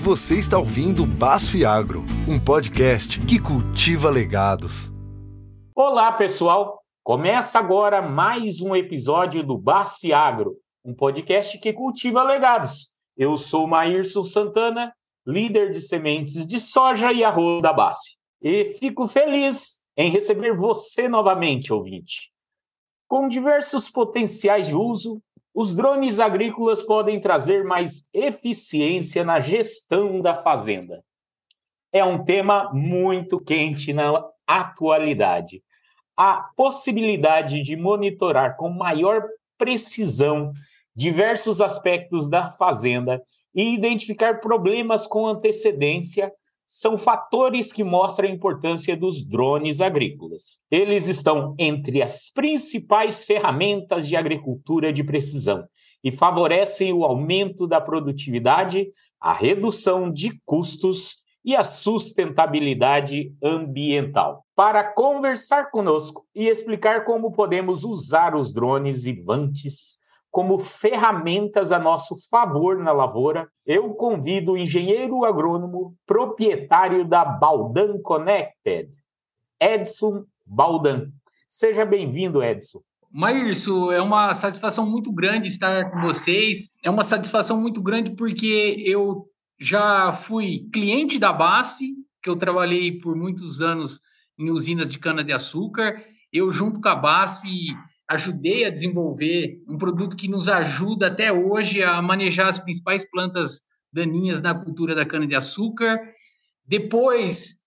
Você está ouvindo BASF Agro, um podcast que cultiva legados. Olá, pessoal! Começa agora mais um episódio do BASF Agro, um podcast que cultiva legados. Eu sou Maírson Santana, líder de sementes de soja e arroz da BASF. E fico feliz em receber você novamente, ouvinte. Com diversos potenciais de uso, os drones agrícolas podem trazer mais eficiência na gestão da fazenda. É um tema muito quente na atualidade. A possibilidade de monitorar com maior precisão diversos aspectos da fazenda e identificar problemas com antecedência são fatores que mostram a importância dos drones agrícolas. Eles estão entre as principais ferramentas de agricultura de precisão e favorecem o aumento da produtividade, a redução de custos e a sustentabilidade ambiental. Para conversar conosco e explicar como podemos usar os drones e vantes como ferramentas a nosso favor na lavoura, eu convido o engenheiro agrônomo proprietário da Baldan Connected, Edson Baldan. Seja bem-vindo, Edson. Maírson, é uma satisfação muito grande estar com vocês. É uma satisfação muito grande porque eu já fui cliente da BASF, que eu trabalhei por muitos anos em usinas de cana-de-açúcar. Eu, junto com a BASF, ajudei a desenvolver um produto que nos ajuda até hoje a manejar as principais plantas daninhas na cultura da cana-de-açúcar. Depois,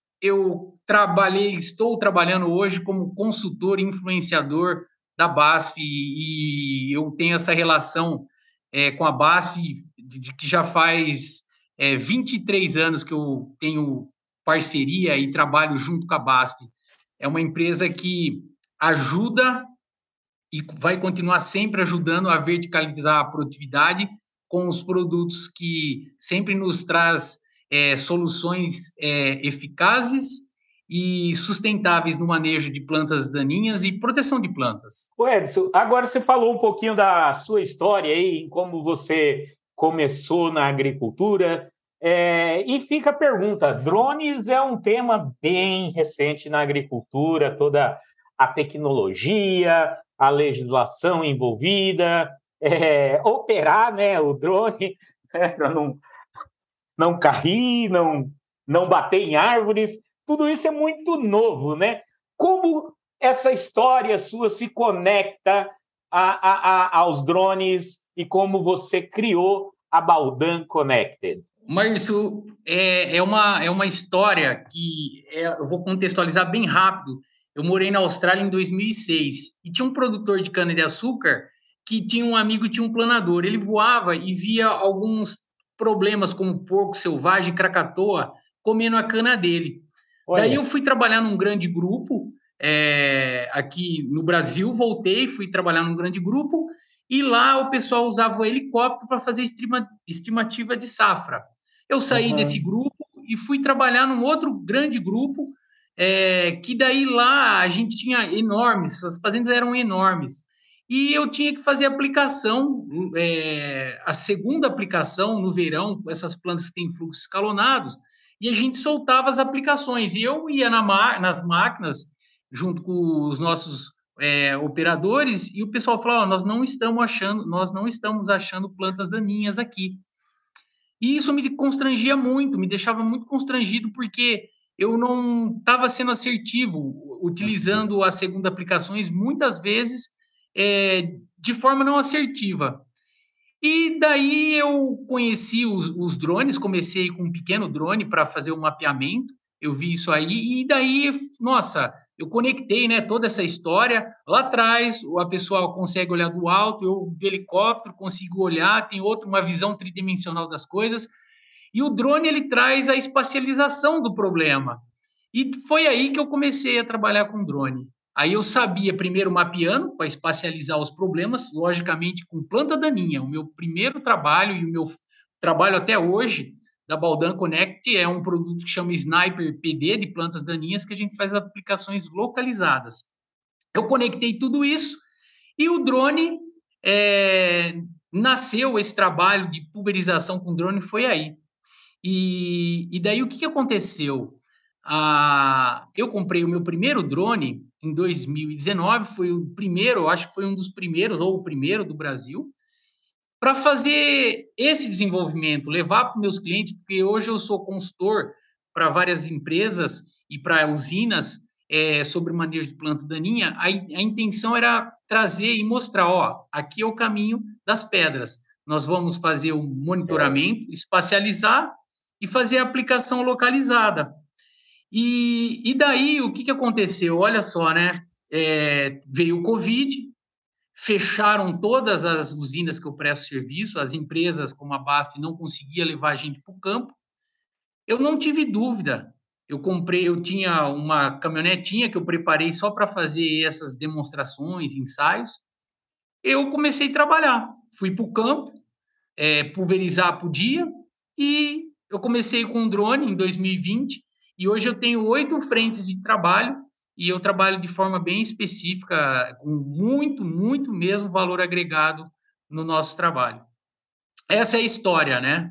estou trabalhando hoje como consultor e influenciador da BASF e eu tenho essa relação com a BASF que já faz 23 anos que eu tenho parceria e trabalho junto com a BASF. É uma empresa que ajuda e vai continuar sempre ajudando a verticalizar a produtividade com os produtos que sempre nos traz soluções eficazes e sustentáveis no manejo de plantas daninhas e proteção de plantas. Ô Edson, agora você falou um pouquinho da sua história aí, em como você começou na agricultura, e fica a pergunta, drones é um tema bem recente na agricultura, toda a tecnologia, a legislação envolvida, operar, né, o drone, para não cair, não bater em árvores, tudo isso é muito novo, né? Como essa história sua se conecta aos drones e como você criou a Baldan Connected? Márcio, é uma história que eu vou contextualizar bem rápido. Eu morei na Austrália em 2006 e tinha um produtor de cana-de-açúcar que tinha um amigo que tinha um planador. Ele voava e via alguns problemas como porco selvagem, cracatoa, comendo a cana dele. Olha. Daí eu fui trabalhar num grande grupo aqui no Brasil, voltei, fui trabalhar num grande grupo e lá o pessoal usava o helicóptero para fazer estimativa de safra. Eu saí desse grupo e fui trabalhar num outro grande grupo, que daí lá a gente tinha enormes, as fazendas eram enormes. E eu tinha que fazer aplicação, a segunda aplicação no verão, com essas plantas que têm fluxos escalonados, e a gente soltava as aplicações. E eu ia nas máquinas, junto com os nossos operadores, e o pessoal falava, nós não estamos achando plantas daninhas aqui. E isso me constrangia muito, me deixava muito constrangido, porque eu não estava sendo assertivo, utilizando as segunda aplicações, muitas vezes, de forma não assertiva. E daí eu conheci os drones, comecei com um pequeno drone para fazer um mapeamento, eu vi isso aí, e daí, nossa, eu conectei, né, toda essa história. Lá atrás, a pessoa consegue olhar do alto, eu do helicóptero consigo olhar, tem uma visão tridimensional das coisas, e o drone ele traz a espacialização do problema. E foi aí que eu comecei a trabalhar com drone. Aí eu sabia primeiro mapeando para espacializar os problemas, logicamente com planta daninha. O meu primeiro trabalho e o meu trabalho até hoje da Baldan Connect é um produto que chama Sniper PD de plantas daninhas, que a gente faz aplicações localizadas. Eu conectei tudo isso e o drone nasceu, esse trabalho de pulverização com drone foi aí. E daí o que aconteceu? Eu comprei o meu primeiro drone em 2019, foi o primeiro, acho que foi um dos primeiros, ou o primeiro do Brasil, para fazer esse desenvolvimento, levar para os meus clientes, porque hoje eu sou consultor para várias empresas e para usinas sobre manejo de planta daninha. A intenção era trazer e mostrar, ó, aqui é o caminho das pedras. Nós vamos fazer o monitoramento, espacializar e fazer a aplicação localizada. E daí, o que aconteceu? Olha só, né? Veio o Covid, fecharam todas as usinas que eu presto serviço, as empresas como a BASF não conseguia levar a gente para o campo. Eu não tive dúvida. Eu tinha uma caminhonetinha que eu preparei só para fazer essas demonstrações, ensaios. Eu comecei a trabalhar. Fui para o campo, pulverizar por dia, e eu comecei com um drone em 2020, e hoje eu tenho 8 frentes de trabalho, e eu trabalho de forma bem específica, com muito, muito mesmo valor agregado no nosso trabalho. Essa é a história, né?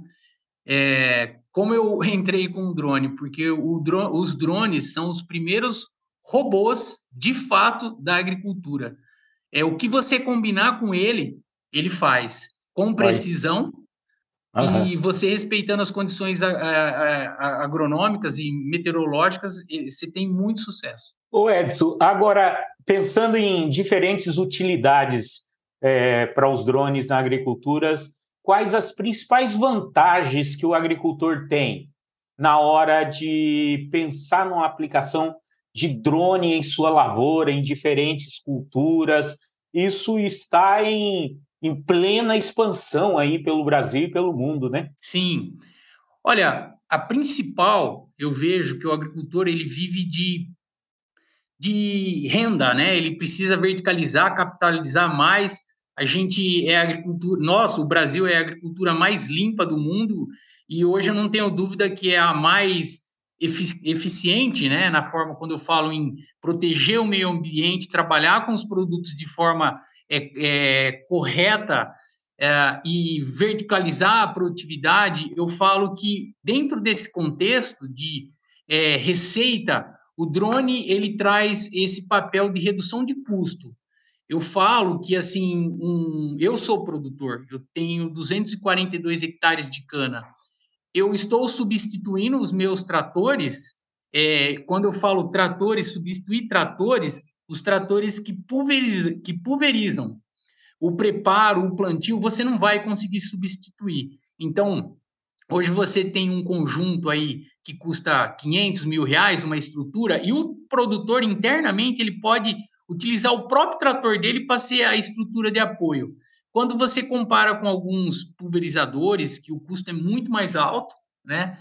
Como eu entrei com o drone? Porque os drones são os primeiros robôs, de fato, da agricultura. O que você combinar com ele, ele faz com precisão, e você respeitando as condições agronômicas e meteorológicas, você tem muito sucesso. Ô Edson, agora, pensando em diferentes utilidades para os drones na agricultura, quais as principais vantagens que o agricultor tem na hora de pensar numa aplicação de drone em sua lavoura, em diferentes culturas? Isso está em plena expansão aí pelo Brasil e pelo mundo, né? Sim. Olha, a principal, eu vejo que o agricultor ele vive de renda, né? Ele precisa verticalizar, capitalizar mais. A gente é a agricultura, o Brasil é a agricultura mais limpa do mundo, e hoje eu não tenho dúvida que é a mais eficiente, né? Na forma, quando eu falo em proteger o meio ambiente, trabalhar com os produtos de forma correta, e verticalizar a produtividade. Eu falo que dentro desse contexto de receita, o drone ele traz esse papel de redução de custo. Eu falo que assim, eu sou produtor, eu tenho 242 hectares de cana. Eu estou substituindo os meus tratores. Quando eu falo tratores, substituir tratores, os tratores que pulverizam. O preparo, o plantio, você não vai conseguir substituir. Então, hoje você tem um conjunto aí que custa 500 mil reais, uma estrutura, e o produtor internamente ele pode utilizar o próprio trator dele para ser a estrutura de apoio. Quando você compara com alguns pulverizadores, que o custo é muito mais alto, né?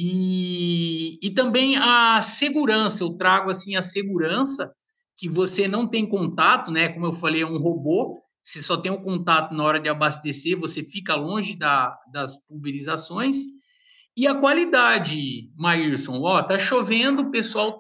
E também a segurança, eu trago assim a segurança que você não tem contato, né? Como eu falei, é um robô, você só tem um contato na hora de abastecer, você fica longe das pulverizações. E a qualidade, Maírson, tá chovendo, o pessoal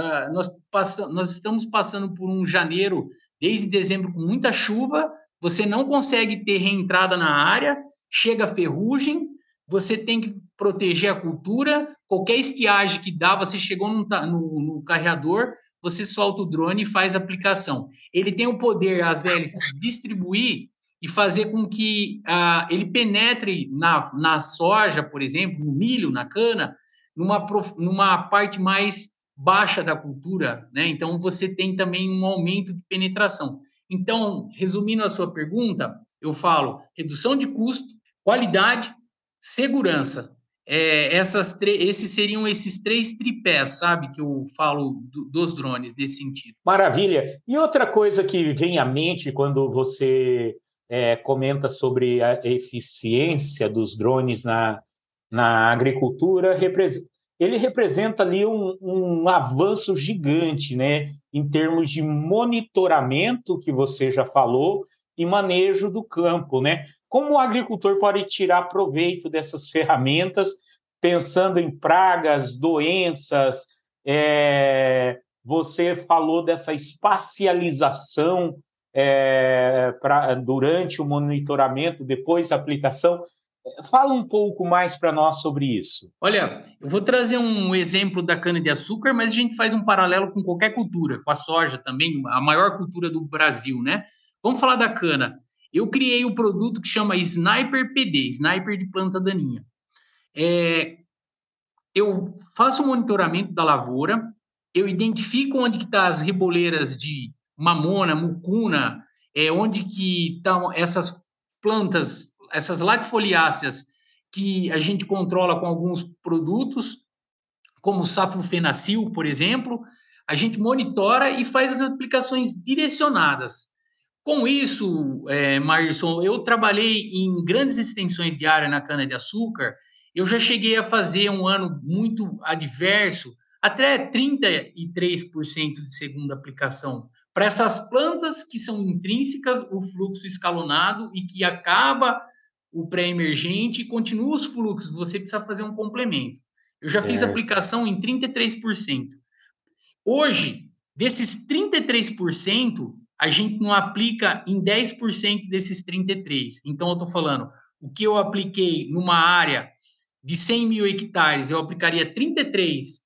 nós estamos passando por um janeiro, desde dezembro, com muita chuva, você não consegue ter reentrada na área, chega ferrugem, você tem que proteger a cultura, qualquer estiagem que dá, você chegou no carreador, você solta o drone e faz a aplicação. Ele tem o poder, às vezes, de distribuir e fazer com que ele penetre na soja, por exemplo, no milho, na cana, numa parte mais baixa da cultura, né? Então, você tem também um aumento de penetração. Então, resumindo a sua pergunta, eu falo redução de custo, qualidade, segurança. Esses seriam esses 3 tripés, sabe, que eu falo dos drones nesse sentido. Maravilha. E outra coisa que vem à mente quando você comenta sobre a eficiência dos drones na agricultura, ele representa ali um avanço gigante, né, em termos de monitoramento, que você já falou, e manejo do campo, né? Como o agricultor pode tirar proveito dessas ferramentas, pensando em pragas, doenças? Você falou dessa espacialização durante o monitoramento, depois a aplicação. Fala um pouco mais para nós sobre isso. Olha, eu vou trazer um exemplo da cana-de-açúcar, mas a gente faz um paralelo com qualquer cultura, com a soja também, a maior cultura do Brasil, né? Vamos falar da cana. Eu criei um produto que chama Sniper PD, Sniper de planta daninha. Eu faço o monitoramento da lavoura, eu identifico onde que estão as reboleiras de mamona, mucuna, onde que estão essas plantas, essas latifoliáceas que a gente controla com alguns produtos, como o saflufenacil, por exemplo. A gente monitora e faz as aplicações direcionadas. Com isso, Marison, eu trabalhei em grandes extensões de área na cana-de-açúcar. Eu já cheguei a fazer um ano muito adverso, até 33% de segunda aplicação. Para essas plantas que são intrínsecas, o fluxo escalonado e que acaba o pré-emergente e continua os fluxos, você precisa fazer um complemento. Eu já fiz aplicação em 33%. Hoje, desses 33%, a gente não aplica em 10% desses 33%. Então, eu estou falando, o que eu apliquei numa área de 100 mil hectares, eu aplicaria 33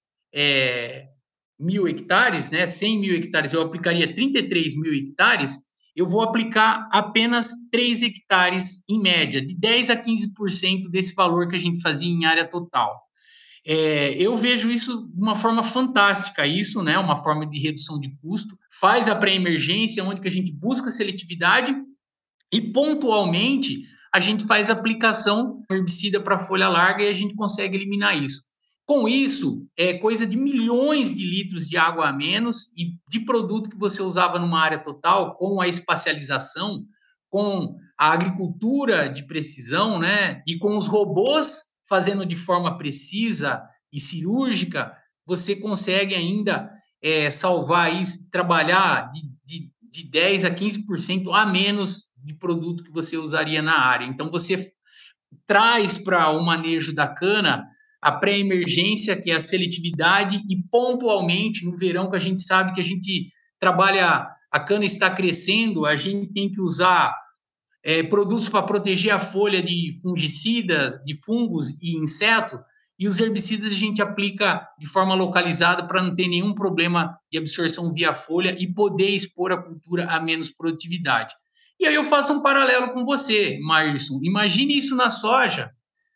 mil hectares, né? 100 mil hectares, eu aplicaria 33 mil hectares, eu vou aplicar apenas 3 hectares em média, de 10% a 15% desse valor que a gente fazia em área total. Eu vejo isso de uma forma fantástica, isso, né? Uma forma de redução de custo, faz a pré-emergência, onde que a gente busca seletividade e pontualmente a gente faz aplicação herbicida para folha larga e a gente consegue eliminar isso. Com isso, é coisa de milhões de litros de água a menos e de produto que você usava numa área total, com a espacialização, com a agricultura de precisão, né? E com os robôs fazendo de forma precisa e cirúrgica, você consegue ainda salvar isso, trabalhar de 10% a 15% a menos de produto que você usaria na área. Então, você traz para o manejo da cana a pré-emergência, que é a seletividade, e pontualmente, no verão, que a gente sabe que a gente trabalha, a cana está crescendo, a gente tem que usar produtos para proteger a folha de fungicidas, de fungos e insetos, e os herbicidas a gente aplica de forma localizada para não ter nenhum problema de absorção via folha e poder expor a cultura a menos produtividade. E aí eu faço um paralelo com você, Maírson. Imagine isso na soja.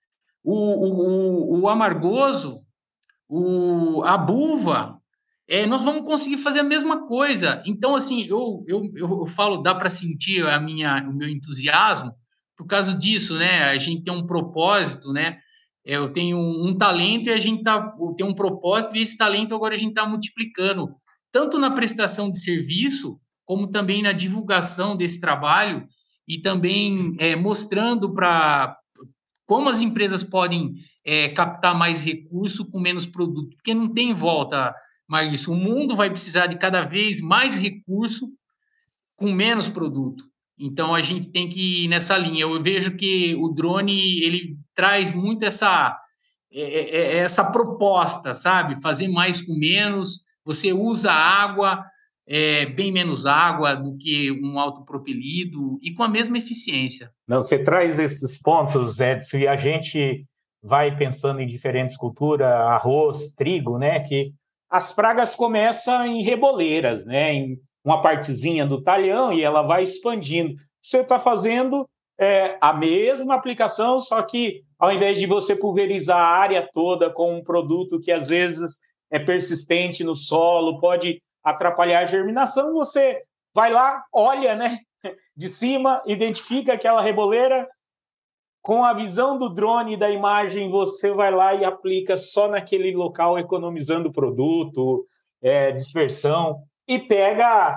O amargoso, a buva, nós vamos conseguir fazer a mesma coisa. Então, assim, eu falo, dá para sentir o meu entusiasmo por causa disso, né? A gente tem um propósito, né? Eu tenho um talento e a gente tem um propósito, e esse talento agora a gente está multiplicando, tanto na prestação de serviço, como também na divulgação desse trabalho, e também mostrando para como as empresas podem captar mais recurso com menos produto, porque não tem volta, Maurício. O mundo vai precisar de cada vez mais recurso com menos produto. Então, a gente tem que ir nessa linha. Eu vejo que o drone, ele traz muito essa proposta, sabe? Fazer mais com menos, você usa água, bem menos água do que um autopropelido e com a mesma eficiência. Não, você traz esses pontos, Edson, e a gente vai pensando em diferentes culturas, arroz, trigo, né? Que as pragas começam em reboleiras, né? Em uma partezinha do talhão e ela vai expandindo. Você está fazendo a mesma aplicação, só que ao invés de você pulverizar a área toda com um produto que às vezes é persistente no solo, pode atrapalhar a germinação, você vai lá, olha, né, de cima, identifica aquela reboleira, com a visão do drone e da imagem, você vai lá e aplica só naquele local, economizando produto, dispersão, e pega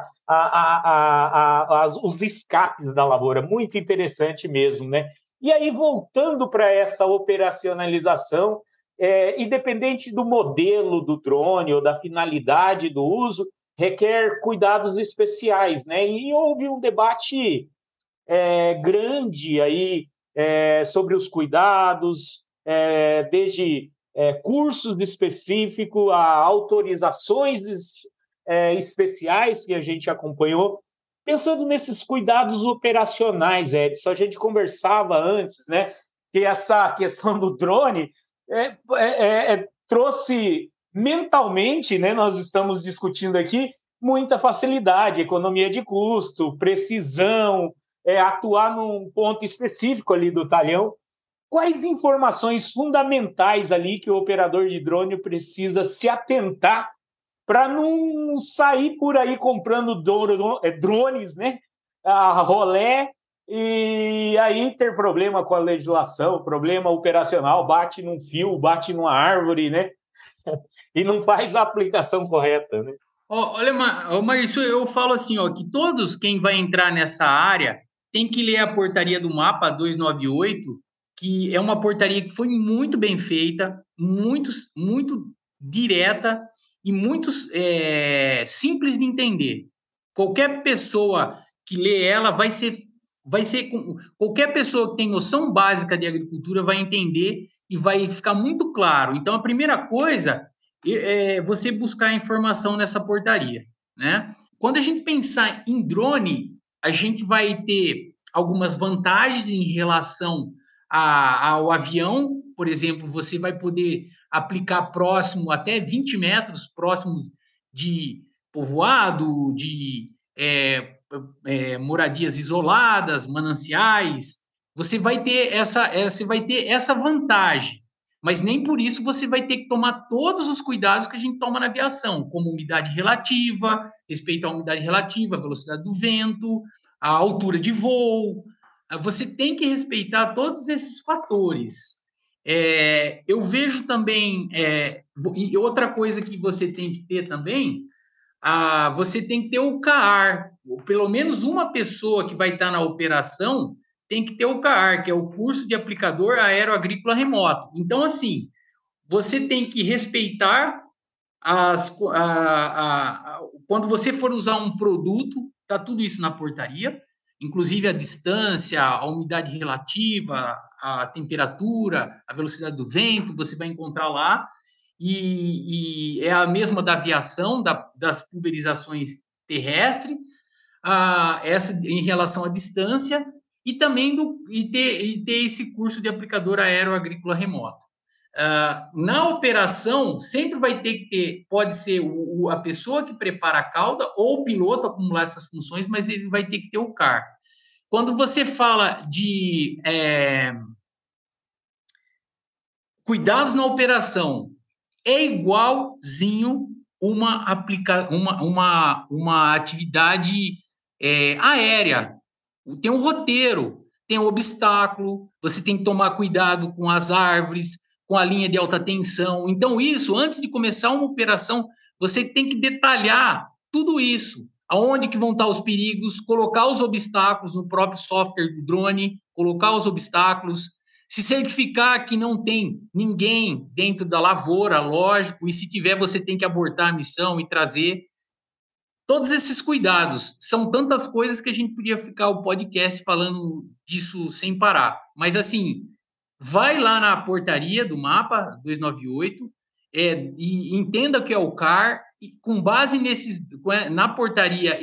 os escapes da lavoura. Muito interessante mesmo, né? E aí, voltando para essa operacionalização, independente do modelo do drone ou da finalidade do uso, requer cuidados especiais, né? E houve um debate grande aí sobre os cuidados, desde cursos específicos a autorizações especiais que a gente acompanhou. Pensando nesses cuidados operacionais, Edson, a gente conversava antes, né? que essa questão do drone trouxe mentalmente, né, nós estamos discutindo aqui, muita facilidade, economia de custo, precisão, atuar num ponto específico ali do talhão. Quais informações fundamentais ali que o operador de drone precisa se atentar para não sair por aí comprando drones, né, a rolé, e aí ter problema com a legislação, problema operacional, bate num fio, bate numa árvore, né, e não faz a aplicação correta, né? Olha, Márcio, eu falo assim, que todos quem vai entrar nessa área tem que ler a portaria do MAPA 298, que é uma portaria que foi muito bem feita, muito direta e muito simples de entender. Qualquer pessoa que lê ela qualquer pessoa que tem noção básica de agricultura vai entender e vai ficar muito claro. Então, a primeira coisa você buscar informação nessa portaria, né? Quando a gente pensar em drone, a gente vai ter algumas vantagens em relação ao avião. Por exemplo, você vai poder aplicar próximo, até 20 metros próximos de povoado, de moradias isoladas, mananciais. Você vai ter essa vantagem. Mas nem por isso você vai ter que tomar todos os cuidados que a gente toma na aviação, como umidade relativa, respeito à umidade relativa, a velocidade do vento, a altura de voo. Você tem que respeitar todos esses fatores. Eu vejo também, e outra coisa que você tem que ter também, você tem que ter o CAAR. Pelo menos uma pessoa que vai estar na operação tem que ter o CAAR, que é o curso de aplicador aeroagrícola remoto. Então, assim, você tem que respeitar quando você for usar um produto, está tudo isso na portaria, inclusive a distância, a umidade relativa, a temperatura, a velocidade do vento, você vai encontrar lá, e é a mesma da aviação, das pulverizações terrestres, essa em relação à distância, e também ter esse curso de aplicador aeroagrícola remoto. Na operação, sempre vai ter que ter, pode ser a pessoa que prepara a cauda ou o piloto acumular essas funções, mas ele vai ter que ter o CAR. Quando você fala de cuidados na operação, é igualzinho uma atividade aérea. Tem um roteiro, tem um obstáculo, você tem que tomar cuidado com as árvores, com a linha de alta tensão. Então, isso, antes de começar uma operação, você tem que detalhar tudo isso. Aonde que vão estar os perigos, colocar os obstáculos no próprio software do drone, colocar os obstáculos, se certificar que não tem ninguém dentro da lavoura, lógico, e se tiver, você tem que abortar a missão e trazer. Todos esses cuidados, são tantas coisas que a gente podia ficar o podcast falando disso sem parar. Mas, assim, vai lá na portaria do MAPA 298 e entenda o que é o CAR, e com base na portaria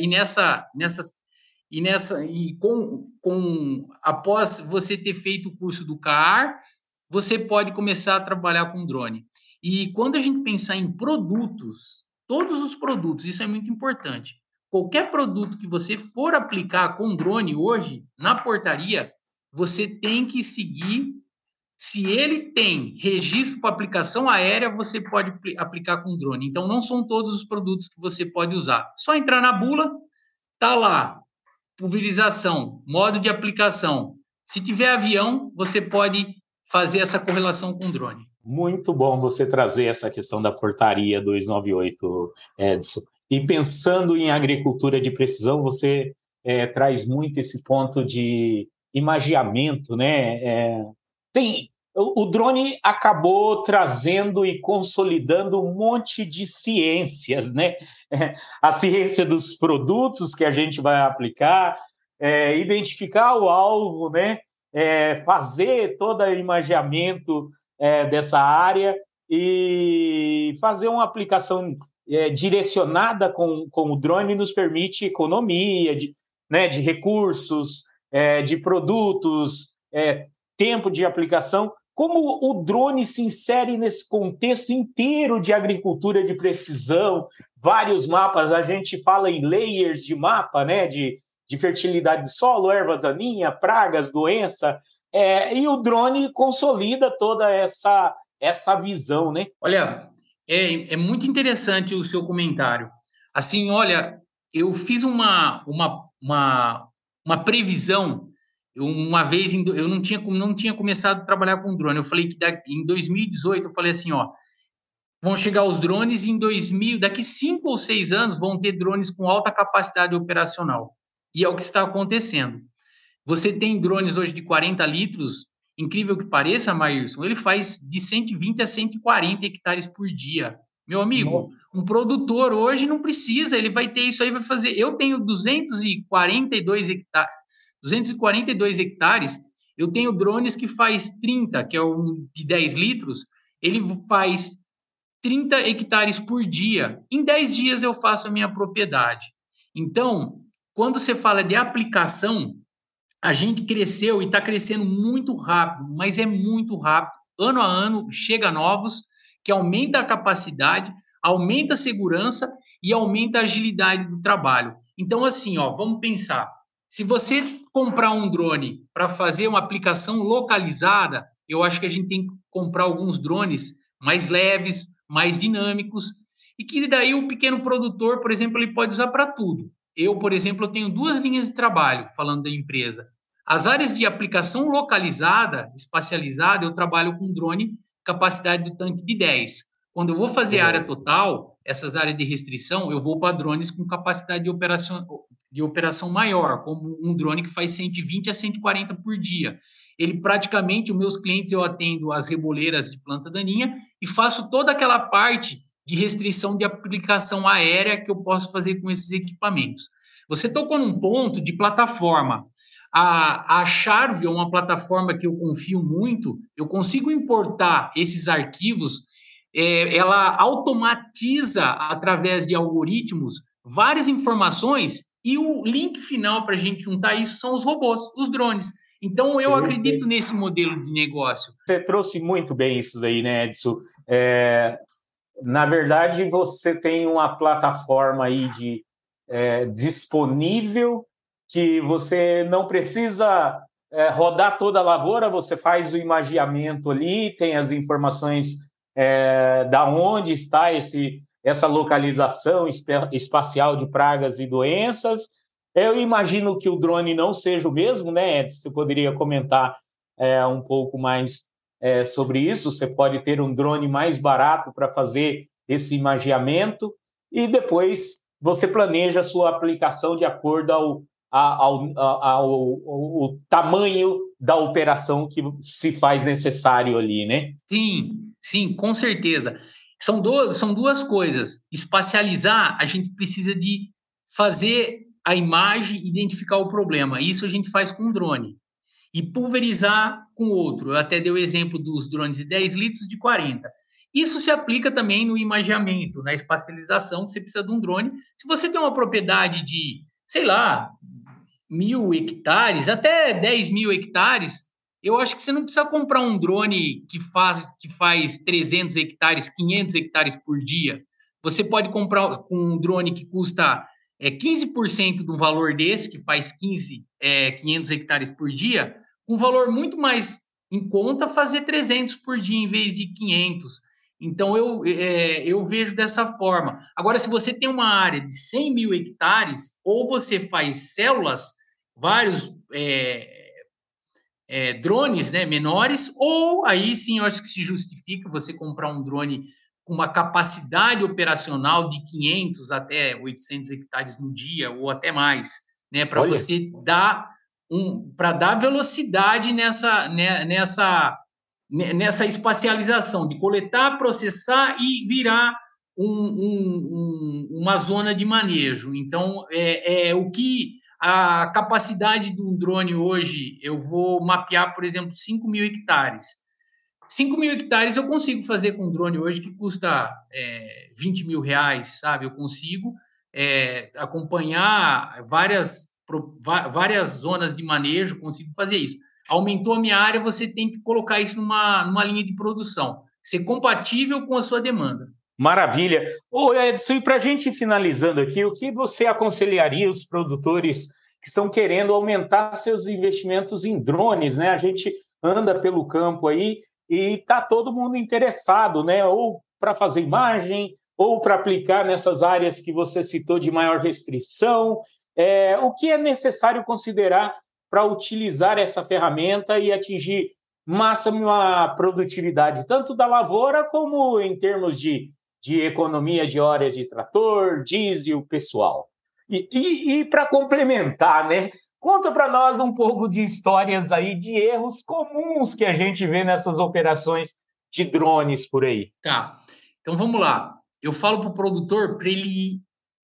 após você ter feito o curso do CAR, você pode começar a trabalhar com drone. E quando a gente pensar em produtos, todos os produtos, isso é muito importante. Qualquer produto que você for aplicar com drone hoje, na portaria, você tem que seguir. Se ele tem registro para aplicação aérea, você pode aplicar com drone. Então, não são todos os produtos que você pode usar. Só entrar na bula, tá lá, pulverização, modo de aplicação. Se tiver avião, você pode fazer essa correlação com drone. Muito bom você trazer essa questão da portaria 298, Edson. E pensando em agricultura de precisão, você traz muito esse ponto de imagiamento, né? O drone acabou trazendo e consolidando um monte de ciências, né? A ciência dos produtos que a gente vai aplicar, identificar o alvo, né? Fazer todo o imagiamento dessa área e fazer uma aplicação direcionada com o drone nos permite economia de recursos, de produtos, tempo de aplicação. Como o drone se insere nesse contexto inteiro de agricultura de precisão, vários mapas, a gente fala em layers de mapa, né, de fertilidade do solo, erva daninha, pragas, doença, e o drone consolida toda essa visão, né? Olha, é muito interessante o seu comentário. Assim, olha, eu fiz uma previsão. Uma vez, eu não tinha começado a trabalhar com drone. Eu falei que em 2018, eu falei assim, ó, vão chegar os drones e daqui 5 ou 6 anos vão ter drones com alta capacidade operacional. E é o que está acontecendo. Você tem drones hoje de 40 litros, incrível que pareça, Maírson, ele faz de 120 a 140 hectares por dia. Meu amigo, um produtor hoje não precisa, ele vai ter isso aí, vai fazer. Eu tenho 242 hectares, eu tenho drones que faz 30, que é um de 10 litros, ele faz 30 hectares por dia. Em 10 dias eu faço a minha propriedade. Então, quando você fala de aplicação, a gente cresceu e está crescendo muito rápido, mas é muito rápido. Ano a ano chega novos, que aumenta a capacidade, aumenta a segurança e aumenta a agilidade do trabalho. Então, assim, ó, vamos pensar. Se você comprar um drone para fazer uma aplicação localizada, eu acho que a gente tem que comprar alguns drones mais leves, mais dinâmicos, e que daí o pequeno produtor, por exemplo, ele pode usar para tudo. Eu, por exemplo, eu tenho 2 linhas de trabalho, falando da empresa. As áreas de aplicação localizada, espacializada, eu trabalho com drone, capacidade do tanque de 10. Quando eu vou fazer área total, essas áreas de restrição, eu vou para drones com capacidade de operação maior, como um drone que faz 120 a 140 por dia. Ele praticamente, os meus clientes, eu atendo as reboleiras de planta daninha e faço toda aquela parte de restrição de aplicação aérea que eu posso fazer com esses equipamentos. Você tocou num ponto de plataforma. A Charve é uma plataforma que eu confio muito, eu consigo importar esses arquivos, ela automatiza, através de algoritmos, várias informações, e o link final para a gente juntar isso são os robôs, os drones. Então, eu acredito nesse modelo de negócio. Você trouxe muito bem isso daí, né, Edson? Na verdade, você tem uma plataforma aí disponível que você não precisa rodar toda a lavoura, você faz o imagiamento ali, tem as informações da onde está essa localização espacial de pragas e doenças. Eu imagino que o drone não seja o mesmo, né, Edson? Você poderia comentar um pouco mais sobre isso? Você pode ter um drone mais barato para fazer esse imagiamento e depois você planeja a sua aplicação de acordo ao tamanho da operação que se faz necessário ali, né? Sim, com certeza. São duas coisas. Espacializar, a gente precisa de fazer a imagem, identificar o problema. Isso a gente faz com um drone. E pulverizar com outro. Eu até dei o exemplo dos drones de 10 litros de 40. Isso se aplica também no imagiamento, na espacialização, que você precisa de um drone. Se você tem uma propriedade de, sei lá, 1.000 hectares, até 10.000 hectares, eu acho que você não precisa comprar um drone que faz 300 hectares, 500 hectares por dia. Você pode comprar um drone que custa 15% do valor desse, que faz 500 hectares por dia, com um valor muito mais em conta, fazer 300 por dia em vez de 500. Então, eu vejo dessa forma. Agora, se você tem uma área de 100.000 hectares, ou você faz células, vários drones, né, menores, ou aí sim eu acho que se justifica você comprar um drone com uma capacidade operacional de 500 até 800 hectares no dia, ou até mais, né, para você dar velocidade nessa espacialização, de coletar, processar e virar uma zona de manejo. Então, o que a capacidade de um drone hoje, eu vou mapear, por exemplo, 5.000 hectares. 5.000 hectares eu consigo fazer com um drone hoje que custa 20 mil reais, sabe? Eu consigo acompanhar várias zonas de manejo, consigo fazer isso. aumentou a minha área, você tem que colocar isso numa linha de produção, ser compatível com a sua demanda. Maravilha. Ô Edson, e para a gente ir finalizando aqui, o que você aconselharia os produtores que estão querendo aumentar seus investimentos em drones, né? A gente anda pelo campo aí e está todo mundo interessado, né? Ou para fazer imagem, ou para aplicar nessas áreas que você citou de maior restrição. O que é necessário considerar para utilizar essa ferramenta e atingir máxima produtividade, tanto da lavoura como em termos de economia de hora de trator, diesel, pessoal. E para complementar, né? Conta para nós um pouco de histórias aí de erros comuns que a gente vê nessas operações de drones por aí. Tá, então vamos lá. Eu falo para o produtor para ele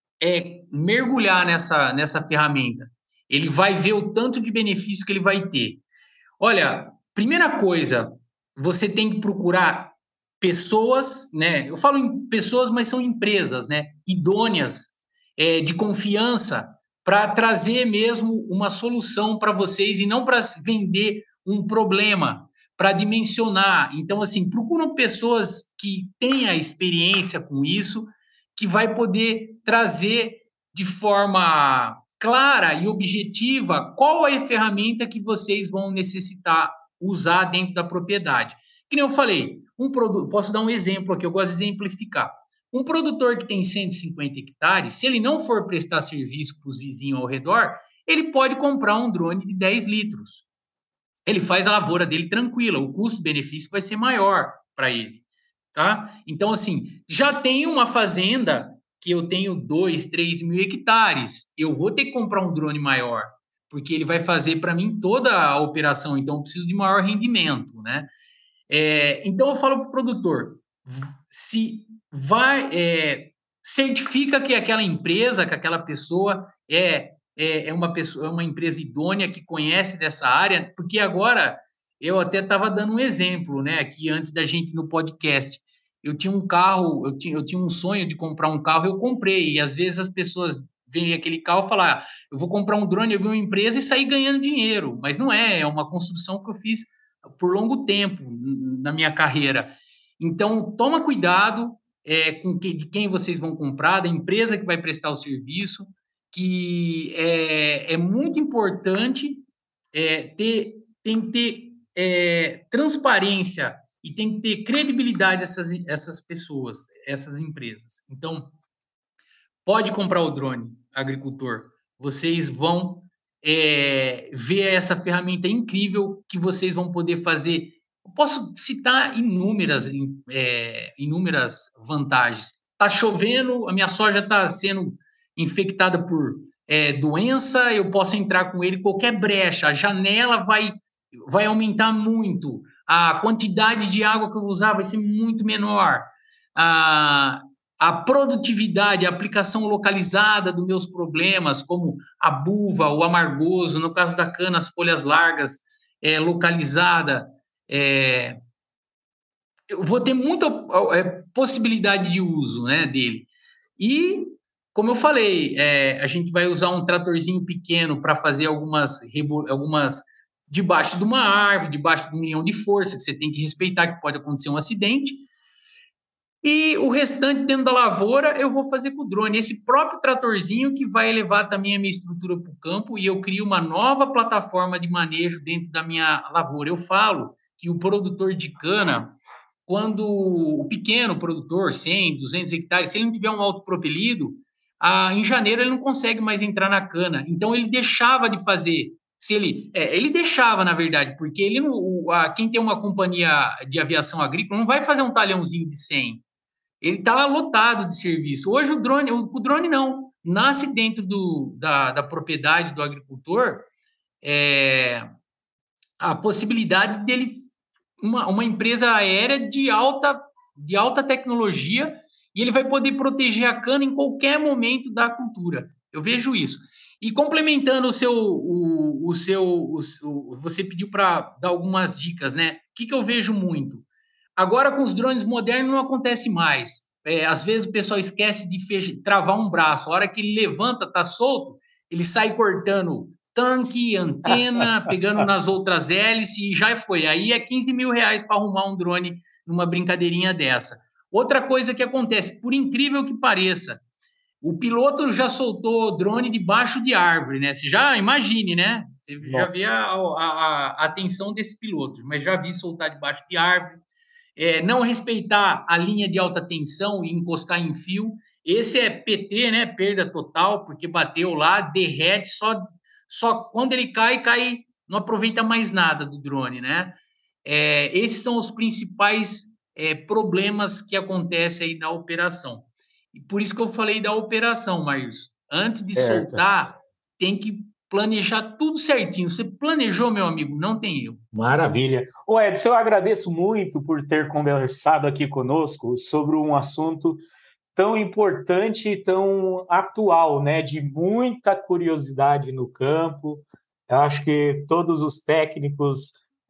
mergulhar nessa ferramenta. Ele vai ver o tanto de benefício que ele vai ter. Olha, primeira coisa, você tem que procurar pessoas, né? Eu falo em pessoas, mas são empresas, né? Idôneas, de confiança, para trazer mesmo uma solução para vocês e não para vender um problema, para dimensionar. Então, assim, procuram pessoas que tenham experiência com isso, que vai poder trazer de forma clara e objetiva qual é a ferramenta que vocês vão necessitar usar dentro da propriedade. Que nem eu falei, posso dar um exemplo aqui, eu gosto de exemplificar. Um produtor que tem 150 hectares, se ele não for prestar serviço para os vizinhos ao redor, ele pode comprar um drone de 10 litros. Ele faz a lavoura dele tranquila, o custo-benefício vai ser maior para ele. Tá? Então, assim, já tem uma fazenda que eu tenho 2, 3 mil hectares, eu vou ter que comprar um drone maior, porque ele vai fazer para mim toda a operação, então eu preciso de maior rendimento, né? Então eu falo para o produtor, certifica que aquela empresa, que aquela pessoa é uma empresa idônea que conhece dessa área, porque agora eu até estava dando um exemplo, né? Aqui antes da gente no podcast. Eu tinha um carro, eu tinha um sonho de comprar um carro, eu comprei. E às vezes as pessoas veem aquele carro e falam, eu vou comprar um drone, eu vi uma empresa e sair ganhando dinheiro. Mas não é uma construção que eu fiz por longo tempo na minha carreira. Então, toma cuidado de quem vocês vão comprar, da empresa que vai prestar o serviço, que é muito importante tem que ter transparência e tem que ter credibilidade essas pessoas, essas empresas. Então, pode comprar o drone, agricultor. Vocês vão ver essa ferramenta incrível que vocês vão poder fazer. Eu posso citar inúmeras vantagens. Está chovendo, a minha soja está sendo infectada por doença, eu posso entrar com ele em qualquer brecha, a janela vai aumentar muito, a quantidade de água que eu vou usar vai ser muito menor, a produtividade, a aplicação localizada dos meus problemas, como a buva, o amargoso, no caso da cana, as folhas largas, localizada, eu vou ter muita possibilidade de uso, né, dele. E, como eu falei, a gente vai usar um tratorzinho pequeno para fazer algumas debaixo de uma árvore, debaixo de um leão de força, que você tem que respeitar, que pode acontecer um acidente. E o restante dentro da lavoura eu vou fazer com o drone. Esse próprio tratorzinho que vai elevar também a minha estrutura para o campo e eu crio uma nova plataforma de manejo dentro da minha lavoura. Eu falo que o produtor de cana, quando o pequeno produtor, 100, 200 hectares, se ele não tiver um autopropelido, em janeiro ele não consegue mais entrar na cana. Então ele deixava de fazer. Ele deixava, na verdade, porque quem tem uma companhia de aviação agrícola não vai fazer um talhãozinho de 100. Ele está lotado de serviço. Hoje o drone não. Nasce dentro da propriedade do agricultor a possibilidade dele, uma empresa aérea de alta tecnologia, e ele vai poder proteger a cana em qualquer momento da cultura. Eu vejo isso. E complementando você pediu para dar algumas dicas, né? O que eu vejo muito? Agora, com os drones modernos, não acontece mais. Às vezes, o pessoal esquece de travar um braço. A hora que ele levanta, está solto, ele sai cortando tanque, antena, pegando nas outras hélices e já foi. Aí é 15 mil reais para arrumar um drone numa brincadeirinha dessa. Outra coisa que acontece, por incrível que pareça, o piloto já soltou drone debaixo de árvore, né? Você já imagine, né? Você já vê a atenção desse piloto, mas já vi soltar debaixo de árvore. Não respeitar a linha de alta tensão e encostar em fio. Esse é PT, né? Perda total, porque bateu lá, derrete, só quando ele cai, não aproveita mais nada do drone, né? Esses são os principais problemas que acontecem aí na operação. E por isso que eu falei da operação, Maírs. Antes de soltar, tem que planejar tudo certinho. Você planejou, meu amigo? Não tem erro. Maravilha. Ô Edson, eu agradeço muito por ter conversado aqui conosco sobre um assunto tão importante e tão atual, né? De muita curiosidade no campo. Eu acho que todos os técnicos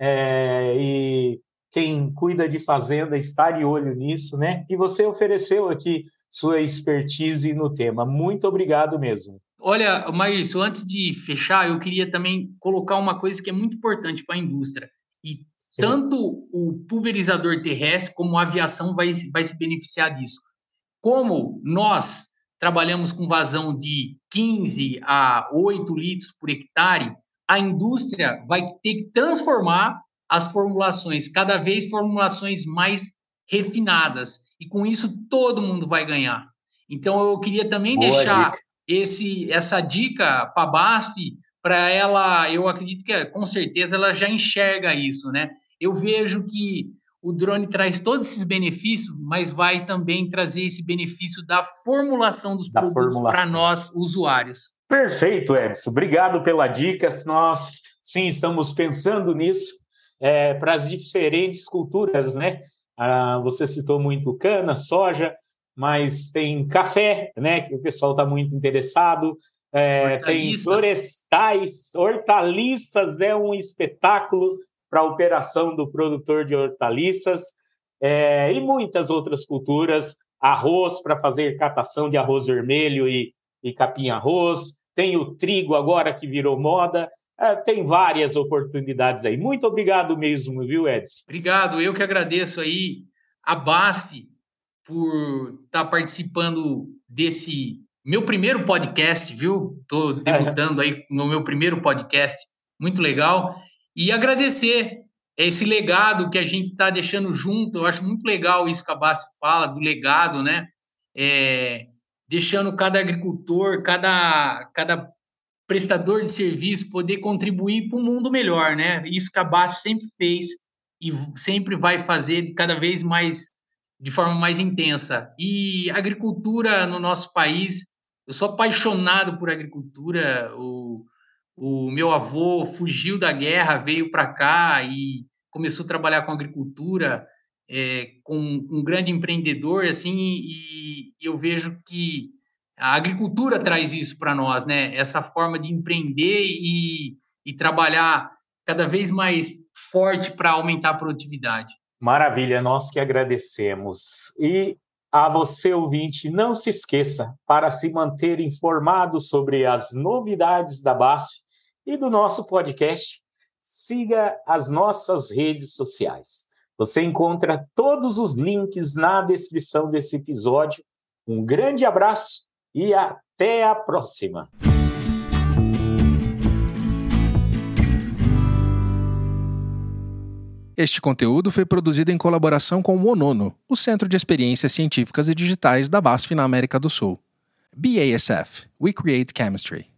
e quem cuida de fazenda está de olho nisso, né? E você ofereceu aqui sua expertise no tema. Muito obrigado mesmo. Olha, Maírs, antes de fechar, eu queria também colocar uma coisa que é muito importante para a indústria. E sim, tanto o pulverizador terrestre como a aviação vai se beneficiar disso. Como nós trabalhamos com vazão de 15 a 8 litros por hectare, a indústria vai ter que transformar as formulações, cada vez formulações mais refinadas. E com isso todo mundo vai ganhar. Então eu queria também deixar essa dica para a BASF, para ela, eu acredito que com certeza ela já enxerga isso, né? Eu vejo que o drone traz todos esses benefícios, mas vai também trazer esse benefício da formulação dos produtos para nós, usuários. Perfeito, Edson. Obrigado pela dica. Nós, sim, estamos pensando nisso para as diferentes culturas, né? Você citou muito cana, soja, mas tem café, né? Que o pessoal está muito interessado. Tem florestais, hortaliças, é um espetáculo para a operação do produtor de hortaliças, e muitas outras culturas, arroz para fazer catação de arroz vermelho e capim-arroz, tem o trigo agora que virou moda, tem várias oportunidades aí. Muito obrigado mesmo, viu, Edson? Obrigado, eu que agradeço aí a BASF por estar participando desse meu primeiro podcast, viu? Estou debutando aí no meu primeiro podcast, muito legal. E agradecer esse legado que a gente está deixando junto. Eu acho muito legal isso que a BASF fala, do legado, né? Deixando cada agricultor, cada prestador de serviço poder contribuir para um mundo melhor, né? Isso que a BASF sempre fez e sempre vai fazer cada vez mais, de forma mais intensa. E a agricultura no nosso país, eu sou apaixonado por agricultura. O meu avô fugiu da guerra, veio para cá e começou a trabalhar com agricultura, com um grande empreendedor, assim, e eu vejo que a agricultura traz isso para nós, né? Essa forma de empreender e trabalhar cada vez mais forte para aumentar a produtividade. Maravilha, nós que agradecemos. E a você, ouvinte, não se esqueça, para se manter informado sobre as novidades da BASF e do nosso podcast, siga as nossas redes sociais. Você encontra todos os links na descrição desse episódio. Um grande abraço e até a próxima! Este conteúdo foi produzido em colaboração com o ONONO, o Centro de Experiências Científicas e Digitais da BASF na América do Sul. BASF, We Create Chemistry.